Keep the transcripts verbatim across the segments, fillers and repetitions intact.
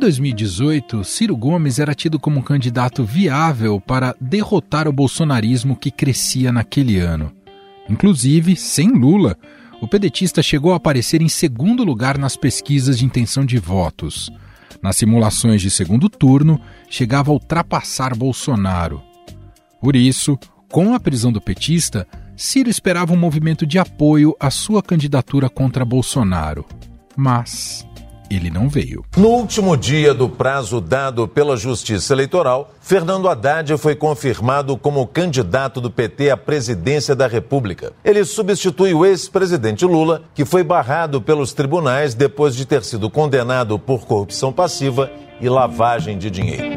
dois mil e dezoito, Ciro Gomes era tido como um candidato viável para derrotar o bolsonarismo que crescia naquele ano. Inclusive, sem Lula, o pedetista chegou a aparecer em segundo lugar nas pesquisas de intenção de votos. Nas simulações de segundo turno, chegava a ultrapassar Bolsonaro. Por isso, com a prisão do petista, Ciro esperava um movimento de apoio à sua candidatura contra Bolsonaro. Mas ele não veio. No último dia do prazo dado pela Justiça Eleitoral, Fernando Haddad foi confirmado como candidato do P T à presidência da República. Ele substitui o ex-presidente Lula, que foi barrado pelos tribunais depois de ter sido condenado por corrupção passiva e lavagem de dinheiro.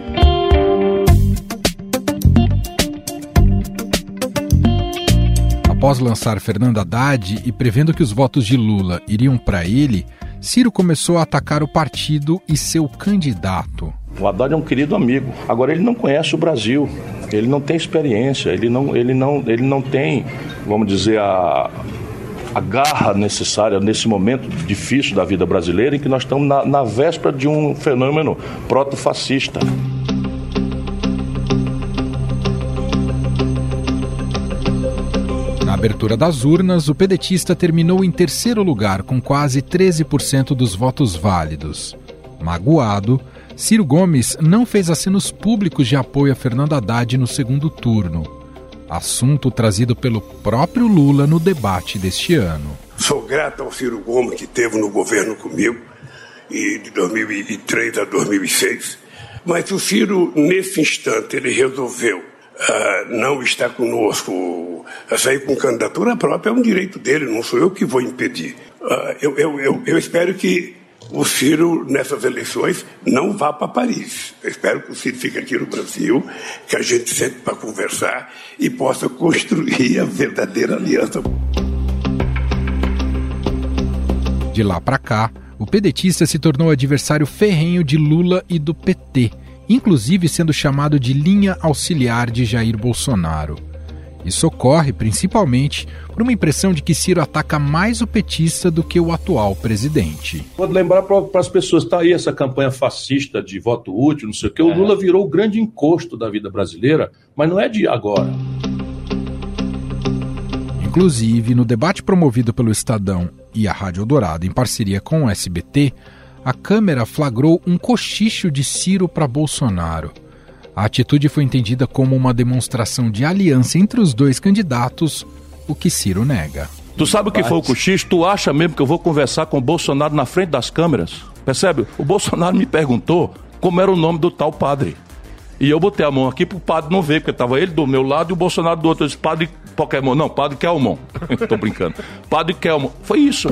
Após lançar Fernando Haddad e prevendo que os votos de Lula iriam para ele, Ciro começou a atacar o partido e seu candidato. O Haddad é um querido amigo. Agora, ele não conhece o Brasil. Ele não tem experiência. Ele não, ele não, ele não tem, vamos dizer, a, a garra necessária nesse momento difícil da vida brasileira em que nós estamos na, na véspera de um fenômeno proto-fascista. Na abertura das urnas, o pedetista terminou em terceiro lugar, com quase treze por cento dos votos válidos. Magoado, Ciro Gomes não fez acenos públicos de apoio a Fernando Haddad no segundo turno. Assunto trazido pelo próprio Lula no debate deste ano. Sou grato ao Ciro Gomes, que esteve no governo comigo, de dois mil e três a dois mil e seis. Mas o Ciro, nesse instante, ele resolveu Uh, não está conosco. Uh, sair com candidatura própria é um direito dele, não sou eu que vou impedir. Uh, eu, eu, eu, eu espero que o Ciro, nessas eleições, não vá para Paris. Eu espero que o Ciro fique aqui no Brasil, que a gente sente para conversar e possa construir a verdadeira aliança. De lá para cá, o pedetista se tornou adversário ferrenho de Lula e do P T, inclusive sendo chamado de linha auxiliar de Jair Bolsonaro. Isso ocorre principalmente por uma impressão de que Ciro ataca mais o petista do que o atual presidente. Pode lembrar para as pessoas, está aí essa campanha fascista de voto útil, não sei o que, o é. Lula virou o grande encosto da vida brasileira, mas não é de agora. Inclusive, no debate promovido pelo Estadão e a Rádio Eldorado em parceria com o S B T, a câmera flagrou um cochicho de Ciro para Bolsonaro. A atitude foi entendida como uma demonstração de aliança entre os dois candidatos, o que Ciro nega. Tu sabe o que foi o cochicho? Tu acha mesmo que eu vou conversar com o Bolsonaro na frente das câmeras? Percebe? O Bolsonaro me perguntou como era o nome do tal padre. E eu botei a mão aqui pro padre não ver, porque estava ele do meu lado e o Bolsonaro do outro. Eu disse, padre Pokémon. Não, padre Kelmon. Tô brincando. Padre Kelmon. Foi isso.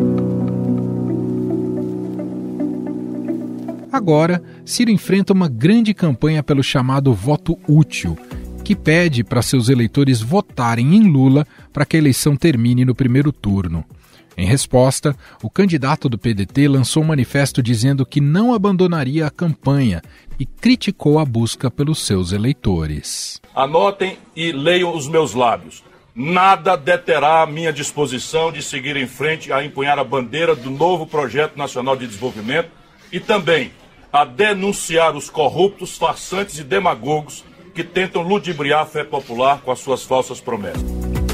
Agora, Ciro enfrenta uma grande campanha pelo chamado voto útil, que pede para seus eleitores votarem em Lula para que a eleição termine no primeiro turno. Em resposta, o candidato do P D T lançou um manifesto dizendo que não abandonaria a campanha e criticou a busca pelos seus eleitores. Anotem e leiam os meus lábios. Nada deterá a minha disposição de seguir em frente a empunhar a bandeira do novo Projeto Nacional de Desenvolvimento e também a denunciar os corruptos, farsantes e demagogos que tentam ludibriar a fé popular com as suas falsas promessas.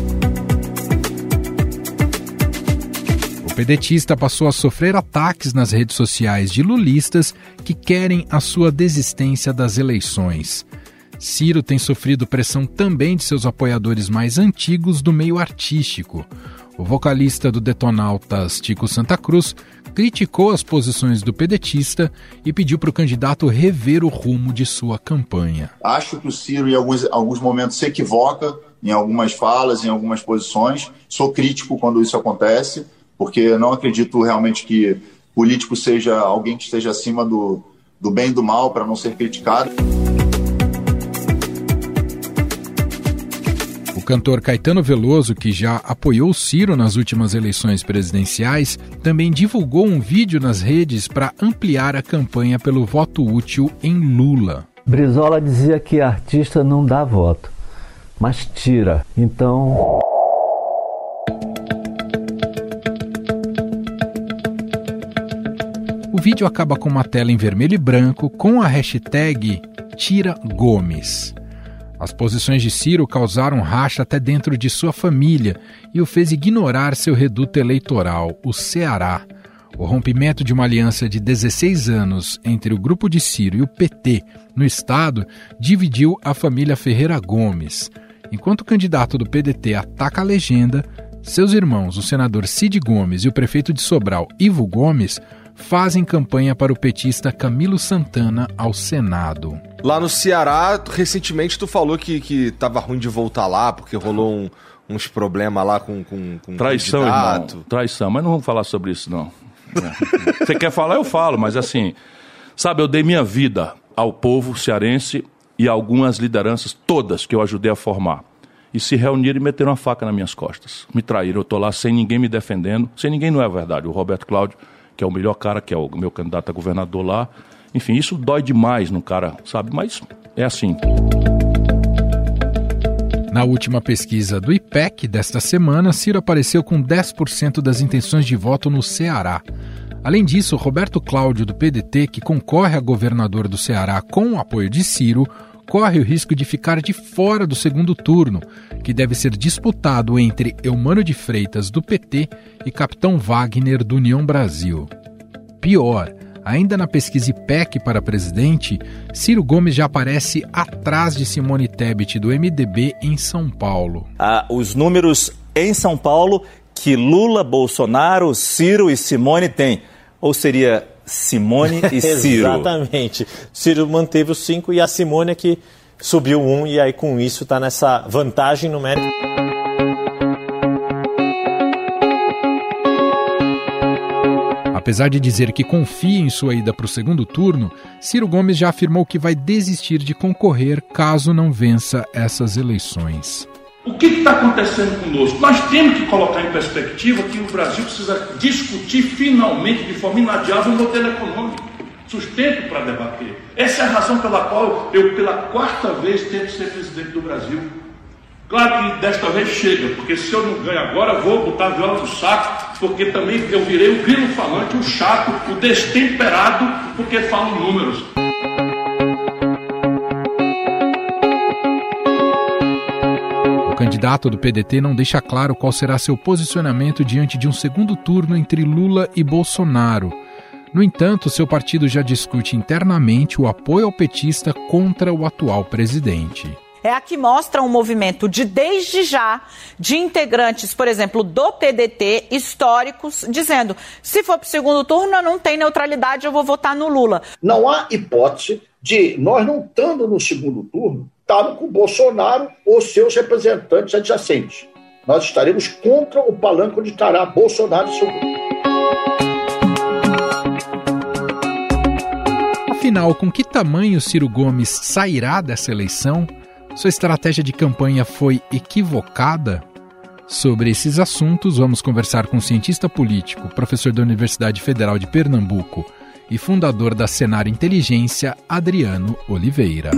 O pedetista passou a sofrer ataques nas redes sociais de lulistas que querem a sua desistência das eleições. Ciro tem sofrido pressão também de seus apoiadores mais antigos do meio artístico. O vocalista do Detonautas, Tico Santa Cruz, criticou as posições do pedetista e pediu para o candidato rever o rumo de sua campanha. Acho que o Ciro, em alguns, alguns momentos, se equivoca em algumas falas, em algumas posições. Sou crítico quando isso acontece, porque não acredito realmente que político seja alguém que esteja acima do, do bem e do mal para não ser criticado. O cantor Caetano Veloso, que já apoiou Ciro nas últimas eleições presidenciais, também divulgou um vídeo nas redes para ampliar a campanha pelo voto útil em Lula. Brizola dizia que artista não dá voto, mas tira. Então... O O vídeo acaba com uma tela em vermelho e branco com a hashtag Tira Gomes. As posições de Ciro causaram racha até dentro de sua família e o fez ignorar seu reduto eleitoral, o Ceará. O rompimento de uma aliança de dezesseis anos entre o grupo de Ciro e o P T no estado dividiu a família Ferreira Gomes. Enquanto o candidato do P D T ataca a legenda, seus irmãos, o senador Cid Gomes e o prefeito de Sobral, Ivo Gomes, fazem campanha para o petista Camilo Santana ao Senado. Lá no Ceará, recentemente tu falou que, que tava ruim de voltar lá, porque rolou um, uns problemas lá com, com, com Traição, candidato. irmão. Traição, mas não vamos falar sobre isso, não. É. Você quer falar, eu falo, mas assim, sabe, eu dei minha vida ao povo cearense e a algumas lideranças, todas, que eu ajudei a formar. E se reuniram e meteram uma faca nas minhas costas. Me traíram, eu tô lá sem ninguém me defendendo. Sem ninguém não é verdade. O Roberto Cláudio, que é o melhor cara, que é o meu candidato a governador lá. Enfim, isso dói demais no cara, sabe? Mas é assim. Na última pesquisa do I P E C desta semana, Ciro apareceu com dez por cento das intenções de voto no Ceará. Além disso, Roberto Cláudio, do P D T, que concorre a governador do Ceará com o apoio de Ciro, corre o risco de ficar de fora do segundo turno, que deve ser disputado entre Eumano de Freitas, do P T, e Capitão Wagner, do União Brasil. Pior, ainda na pesquisa I P E C para presidente, Ciro Gomes já aparece atrás de Simone Tebet, do M D B, em São Paulo. Ah, os números em São Paulo que Lula, Bolsonaro, Ciro e Simone têm. Ou seria Simone e Ciro? Exatamente. Ciro manteve os cinco e a Simone é que subiu um, e aí com isso está nessa vantagem numérica. Apesar de dizer que confia em sua ida para o segundo turno, Ciro Gomes já afirmou que vai desistir de concorrer caso não vença essas eleições. O que está acontecendo conosco? Nós temos que colocar em perspectiva que o Brasil precisa discutir finalmente, de forma inadiável, um modelo econômico, sustento para debater. Essa é a razão pela qual eu, pela quarta vez, tento ser presidente do Brasil. Claro que desta vez chega, porque se eu não ganho agora, vou botar a viola no saco, porque também eu virei o grilo falante, o chato, o destemperado, porque falo números. O candidato do P D T não deixa claro qual será seu posicionamento diante de um segundo turno entre Lula e Bolsonaro. No entanto, seu partido já discute internamente o apoio ao petista contra o atual presidente. É a que mostra um movimento de, desde já, de integrantes, por exemplo, do P D T, históricos, dizendo, se for para o segundo turno, não tem neutralidade, eu vou votar no Lula. Não há hipótese de nós não estando no segundo turno, estarmos com o Bolsonaro ou seus representantes adjacentes. Nós estaremos contra o palanque onde estará Bolsonaro e seu grupo. Afinal, com que tamanho Ciro Gomes sairá dessa eleição? Sua estratégia de campanha foi equivocada? Sobre esses assuntos, vamos conversar com o cientista político, professor da Universidade Federal de Pernambuco e fundador da Senar Inteligência, Adriano Oliveira.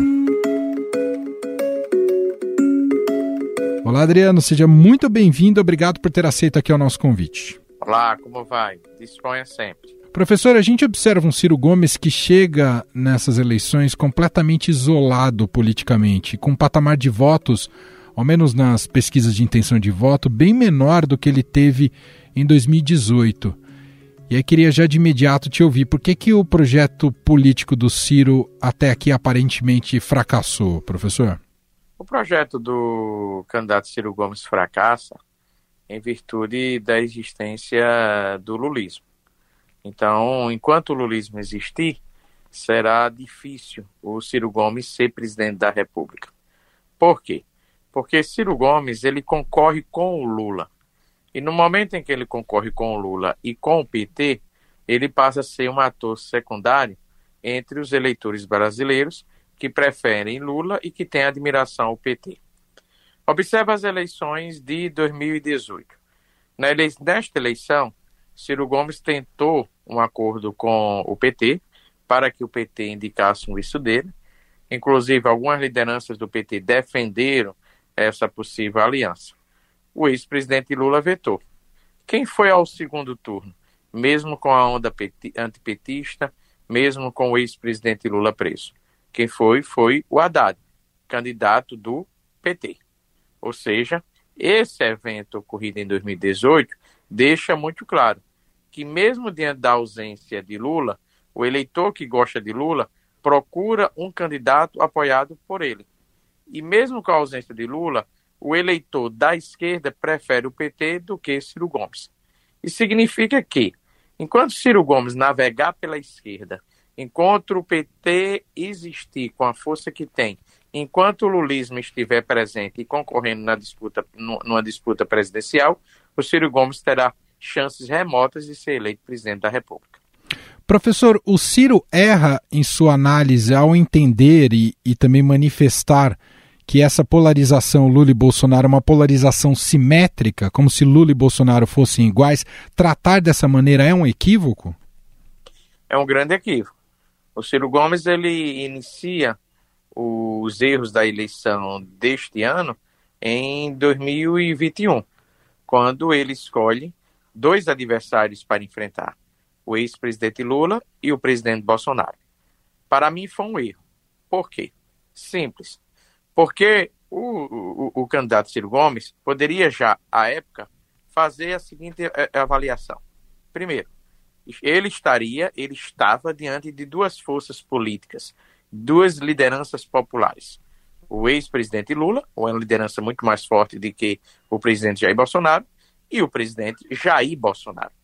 Olá, Adriano, seja muito bem-vindo. Obrigado por ter aceito aqui o nosso convite. Olá, como vai? Disponha sempre. Professor, a gente observa um Ciro Gomes que chega nessas eleições completamente isolado politicamente, com um patamar de votos, ao menos nas pesquisas de intenção de voto, bem menor do que ele teve em dois mil e dezoito. E aí queria já de imediato te ouvir, por que que o projeto político do Ciro até aqui aparentemente fracassou, professor? O projeto do candidato Ciro Gomes fracassa em virtude da existência do lulismo. Então, enquanto o lulismo existir, será difícil o Ciro Gomes ser presidente da República. Por quê? Porque Ciro Gomes, ele concorre com o Lula. E no momento em que ele concorre com o Lula e com o P T, ele passa a ser um ator secundário entre os eleitores brasileiros que preferem Lula e que têm admiração ao P T. Observe as eleições de dois mil e dezoito. Na ele... Nesta eleição, Ciro Gomes tentou um acordo com o P T para que o P T indicasse um vice dele. Inclusive, algumas lideranças do P T defenderam essa possível aliança. O ex-presidente Lula vetou. Quem foi ao segundo turno? mesmo com a onda antipetista, mesmo com o ex-presidente Lula preso. Quem foi, foi o Haddad, candidato do P T. Ou seja, esse evento ocorrido em dois mil e dezoito deixa muito claro que mesmo diante da ausência de Lula, o eleitor que gosta de Lula procura um candidato apoiado por ele. E mesmo com a ausência de Lula, o eleitor da esquerda prefere o P T do que Ciro Gomes. Isso significa que, enquanto Ciro Gomes navegar pela esquerda, enquanto o P T existir com a força que tem, enquanto o lulismo estiver presente e concorrendo na disputa, numa disputa presidencial, o Ciro Gomes terá chances remotas de ser eleito presidente da República. Professor, o Ciro erra em sua análise ao entender e, e também manifestar que essa polarização Lula e Bolsonaro é uma polarização simétrica, como se Lula e Bolsonaro fossem iguais. Tratar dessa maneira é um equívoco? É um grande equívoco. O Ciro Gomes ele inicia os erros da eleição deste ano em dois mil e vinte e um, quando ele escolhe dois adversários para enfrentar, o ex-presidente Lula e o presidente Bolsonaro. Para mim foi um erro. Por quê? Simples. Porque o, o, o candidato Ciro Gomes poderia já, à época, fazer a seguinte avaliação. Primeiro, ele estaria, ele estava diante de duas forças políticas, duas lideranças populares. O ex-presidente Lula, uma liderança muito mais forte do que o presidente Jair Bolsonaro, e o presidente Jair Bolsonaro.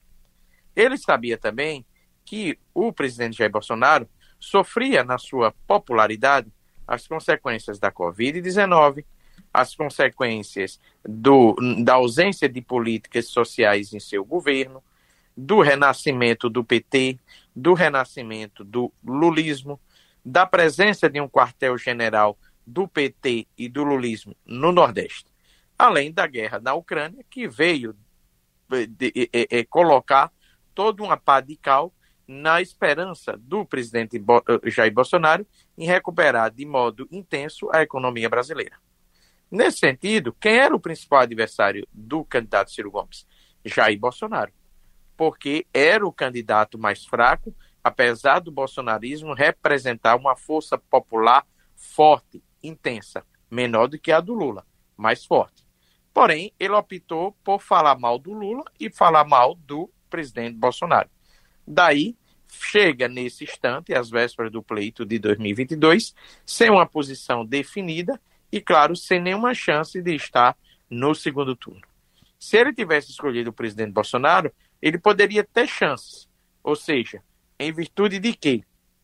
Ele sabia também que o presidente Jair Bolsonaro sofria na sua popularidade as consequências da covid dezenove, as consequências do, da ausência de políticas sociais em seu governo, do renascimento do P T, do renascimento do lulismo, da presença de um quartel-general do P T e do lulismo no Nordeste, além da guerra na Ucrânia, que veio de, de, de, de, colocar toda uma pá de cal na esperança do presidente Jair Bolsonaro em recuperar de modo intenso a economia brasileira. Nesse sentido, quem era o principal adversário do candidato Ciro Gomes? Jair Bolsonaro, porque era o candidato mais fraco, apesar do bolsonarismo representar uma força popular forte, intensa, menor do que a do Lula, mais forte. Porém, ele optou por falar mal do Lula e falar mal do presidente Bolsonaro. Daí, chega nesse instante, às vésperas do pleito de dois mil e vinte e dois, sem uma posição definida e, claro, sem nenhuma chance de estar no segundo turno. Se ele tivesse escolhido o presidente Bolsonaro, ele poderia ter chances. Ou seja, em virtude de quê?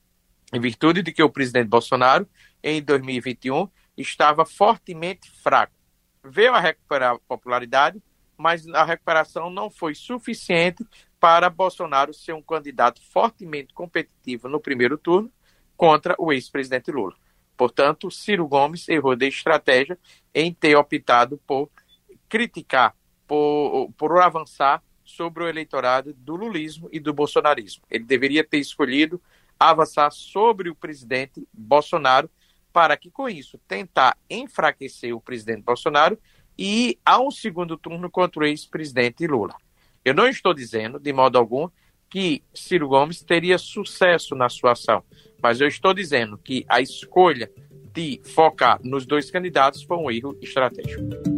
Em virtude de que o presidente Bolsonaro, em dois mil e vinte e um, estava fortemente fraco. Veio a recuperar a popularidade, mas a recuperação não foi suficiente para Bolsonaro ser um candidato fortemente competitivo no primeiro turno contra o ex-presidente Lula. Portanto, Ciro Gomes errou de estratégia em ter optado por criticar, por, por avançar sobre o eleitorado do lulismo e do bolsonarismo. Ele deveria ter escolhido avançar sobre o presidente Bolsonaro para que, com isso, tentar enfraquecer o presidente Bolsonaro e ir a um segundo turno contra o ex-presidente Lula. Eu não estou dizendo, de modo algum, que Ciro Gomes teria sucesso na sua ação, mas eu estou dizendo que a escolha de focar nos dois candidatos foi um erro estratégico.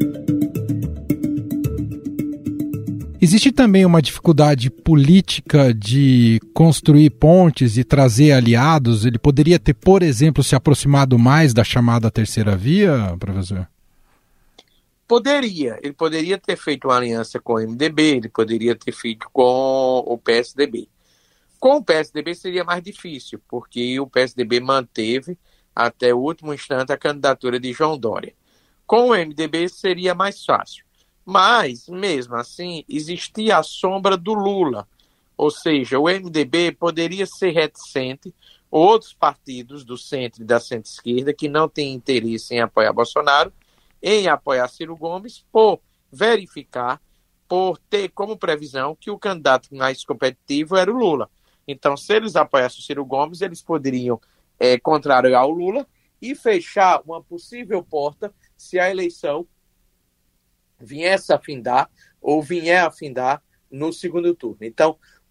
Existe também uma dificuldade política de construir pontes e trazer aliados? Ele poderia ter, por exemplo, se aproximado mais da chamada terceira via, professor? Poderia. Ele poderia ter feito uma aliança com o M D B, ele poderia ter feito com o P S D B. Com o P S D B seria mais difícil, porque o P S D B manteve até o último instante a candidatura de João Dória. Com o M D B seria mais fácil. Mas, mesmo assim, existia a sombra do Lula. Ou seja, o M D B poderia ser reticente, outros partidos do centro e da centro-esquerda que não têm interesse em apoiar Bolsonaro, em apoiar Ciro Gomes, por verificar, por ter como previsão que o candidato mais competitivo era o Lula. Então, se eles apoiassem o Ciro Gomes, eles poderiam é, contrariar o Lula e fechar uma possível porta se a eleição viesse a findar ou vier a findar no segundo turno. Então,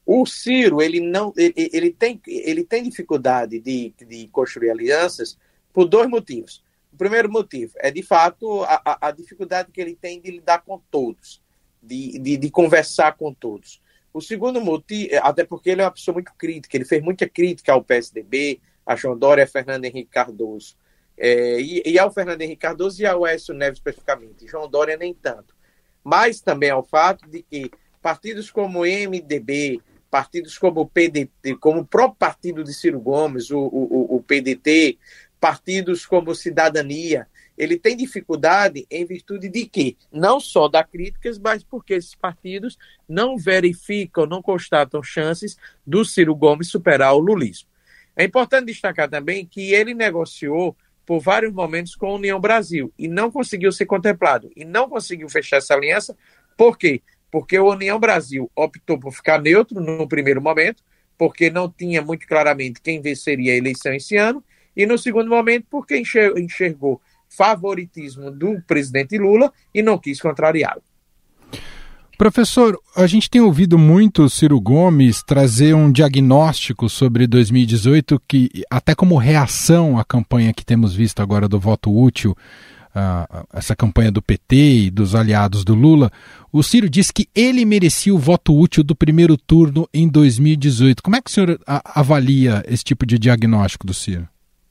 O Ciro, ele, não, ele, ele, tem, ele tem dificuldade de, de construir alianças por dois motivos. O primeiro motivo é, de fato, a, a dificuldade que ele tem de lidar com todos, de, de, de conversar com todos. O segundo motivo, até porque ele é uma pessoa muito crítica, ele fez muita crítica ao P S D B, a João Dória e a Fernando Henrique Cardoso. É, e, e ao Fernando Henrique Cardoso e ao Aécio Neves especificamente. João Dória nem tanto. Mas também ao fato de que partidos como o M D B, partidos como o P D T, como o próprio partido de Ciro Gomes, o, o, o P D T, partidos como Cidadania, ele tem dificuldade em virtude de quê? Não só da críticas, mas porque esses partidos não verificam, não constatam chances do Ciro Gomes superar o lulismo. É importante destacar também que ele negociou por vários momentos com a União Brasil e não conseguiu ser contemplado, e não conseguiu fechar essa aliança. Por quê? Porque a União Brasil optou por ficar neutro no primeiro momento, porque não tinha muito claramente quem venceria a eleição esse ano, e no segundo momento porque enxergou favoritismo do presidente Lula e não quis contrariá-lo. Professor, a gente tem ouvido muito o Ciro Gomes trazer um diagnóstico sobre dois mil e dezoito, que até como reação à campanha que temos visto agora do voto útil, uh, essa campanha do P T e dos aliados do Lula, o Ciro disse que ele merecia o voto útil do primeiro turno em dois mil e dezoito. Como é que o senhor a, avalia esse tipo de diagnóstico do Ciro?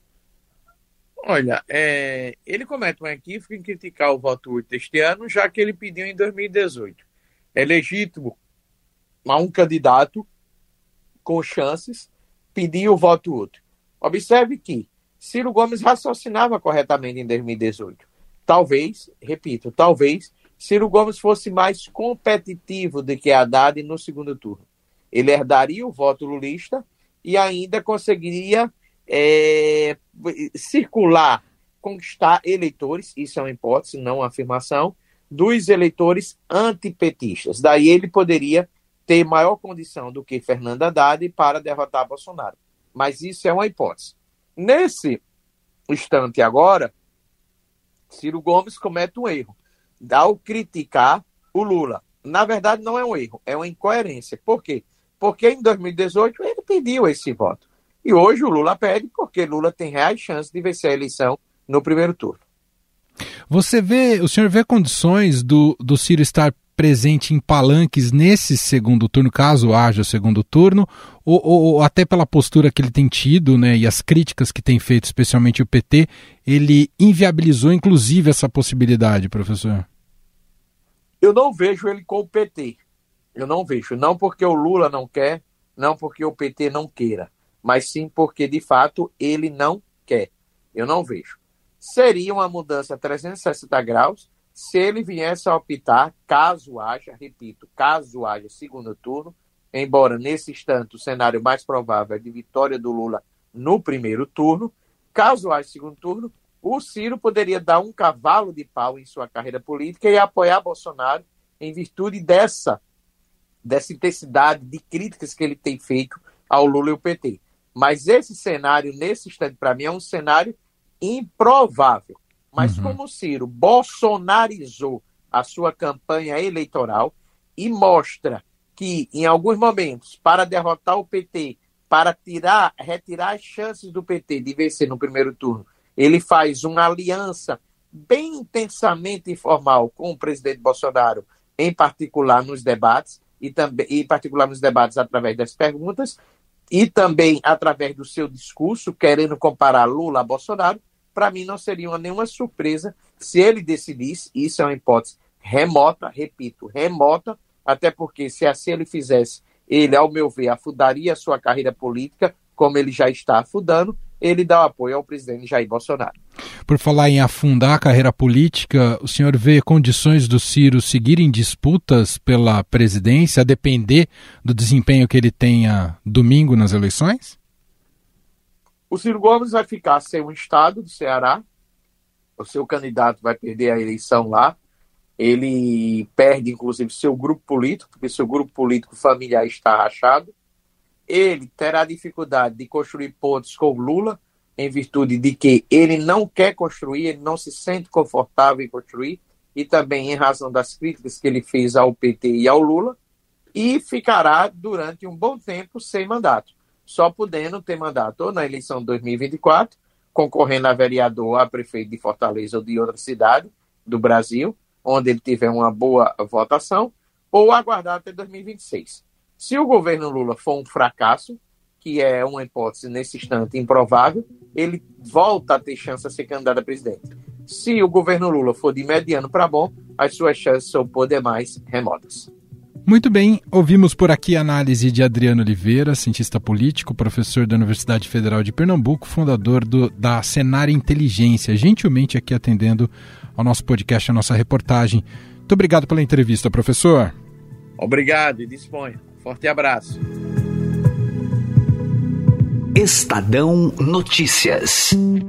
Olha, é, ele comete um equívoco em criticar o voto útil deste ano, já que ele pediu em dois mil e dezoito. É legítimo a um candidato com chances pedir o voto útil. Observe que Ciro Gomes raciocinava corretamente em dois mil e dezoito. Talvez, repito, talvez Ciro Gomes fosse mais competitivo do que Haddad no segundo turno. Ele herdaria o voto lulista e ainda conseguiria é, circular, conquistar eleitores, isso é uma hipótese, não uma afirmação, dos eleitores antipetistas. Daí ele poderia ter maior condição do que Fernando Haddad para derrotar Bolsonaro. Mas isso é uma hipótese. Nesse instante agora, Ciro Gomes comete um erro ao criticar o Lula. Na verdade, não é um erro, é uma incoerência. Por quê? Porque em dois mil e dezoito ele pediu esse voto. E hoje o Lula pede porque Lula tem reais chances de vencer a eleição no primeiro turno. Você vê, o senhor vê condições do, do Ciro estar presente em palanques nesse segundo turno, caso haja o segundo turno, ou, ou, ou até pela postura que ele tem tido, né, e as críticas que tem feito, especialmente o P T, ele inviabilizou inclusive essa possibilidade, professor? Eu não vejo ele com o P T. Eu não vejo. Não porque o Lula não quer, não porque o P T não queira, mas sim porque, de fato, ele não quer. Eu não vejo. Seria uma mudança trezentos e sessenta graus se ele viesse a optar, caso haja, repito, caso haja segundo turno, embora nesse instante o cenário mais provável é de vitória do Lula no primeiro turno, caso haja segundo turno, o Ciro poderia dar um cavalo de pau em sua carreira política e apoiar Bolsonaro em virtude dessa, dessa intensidade de críticas que ele tem feito ao Lula e ao P T. Mas esse cenário, nesse instante, para mim, é um cenário improvável. Mas uhum. como o Ciro bolsonarizou a sua campanha eleitoral e mostra que, em alguns momentos, para derrotar o P T, para tirar, retirar as chances do P T de vencer no primeiro turno, ele faz uma aliança bem intensamente informal com o presidente Bolsonaro, em particular nos debates, e também, em particular nos debates através das perguntas, e também através do seu discurso, querendo comparar Lula a Bolsonaro. Para mim não seria nenhuma surpresa se ele decidisse, isso é uma hipótese remota, repito, remota, até porque se assim ele fizesse, ele, ao meu ver, afundaria a sua carreira política, como ele já está afundando, ele dá o apoio ao presidente Jair Bolsonaro. Por falar em afundar a carreira política, o senhor vê condições do Ciro seguirem disputas pela presidência, a depender do desempenho que ele tenha domingo nas eleições? O Ciro Gomes vai ficar sem um estado do Ceará, o seu candidato vai perder a eleição lá, ele perde inclusive seu grupo político, porque seu grupo político familiar está rachado, ele terá dificuldade de construir pontos com Lula, em virtude de que ele não quer construir, ele não se sente confortável em construir, e também em razão das críticas que ele fez ao P T e ao Lula. e ficará durante um bom tempo sem mandato, só podendo ter mandato ou na eleição de dois mil e vinte e quatro, concorrendo a vereador, a prefeito de Fortaleza ou de outra cidade do Brasil, onde ele tiver uma boa votação, ou aguardar até dois mil e vinte e seis. Se o governo Lula for um fracasso, que é uma hipótese nesse instante improvável, ele volta a ter chance de ser candidato a presidente. Se o governo Lula for de mediano para bom, as suas chances são por demais remotas. Muito bem, ouvimos por aqui a análise de Adriano Oliveira, cientista político, professor da Universidade Federal de Pernambuco, fundador do, da Senar Inteligência, gentilmente aqui atendendo ao nosso podcast, a nossa reportagem. Muito obrigado pela entrevista, professor. Obrigado e disponha. Forte abraço. Estadão Notícias.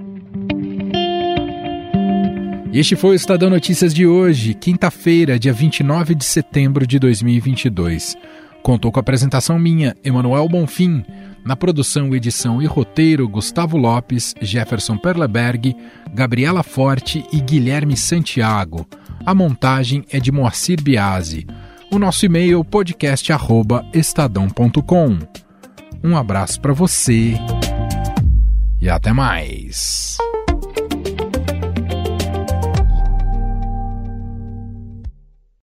Este foi o Estadão Notícias de hoje, quinta-feira, dia vinte e nove de setembro de dois mil e vinte e dois. Contou com a apresentação minha, Emanuel Bonfim, na produção, edição e roteiro, Gustavo Lopes, Jefferson Perleberg, Gabriela Forte e Guilherme Santiago. A montagem é de Moacir Biasi. O nosso e-mail podcast arroba estadão ponto com. Um abraço para você e até mais.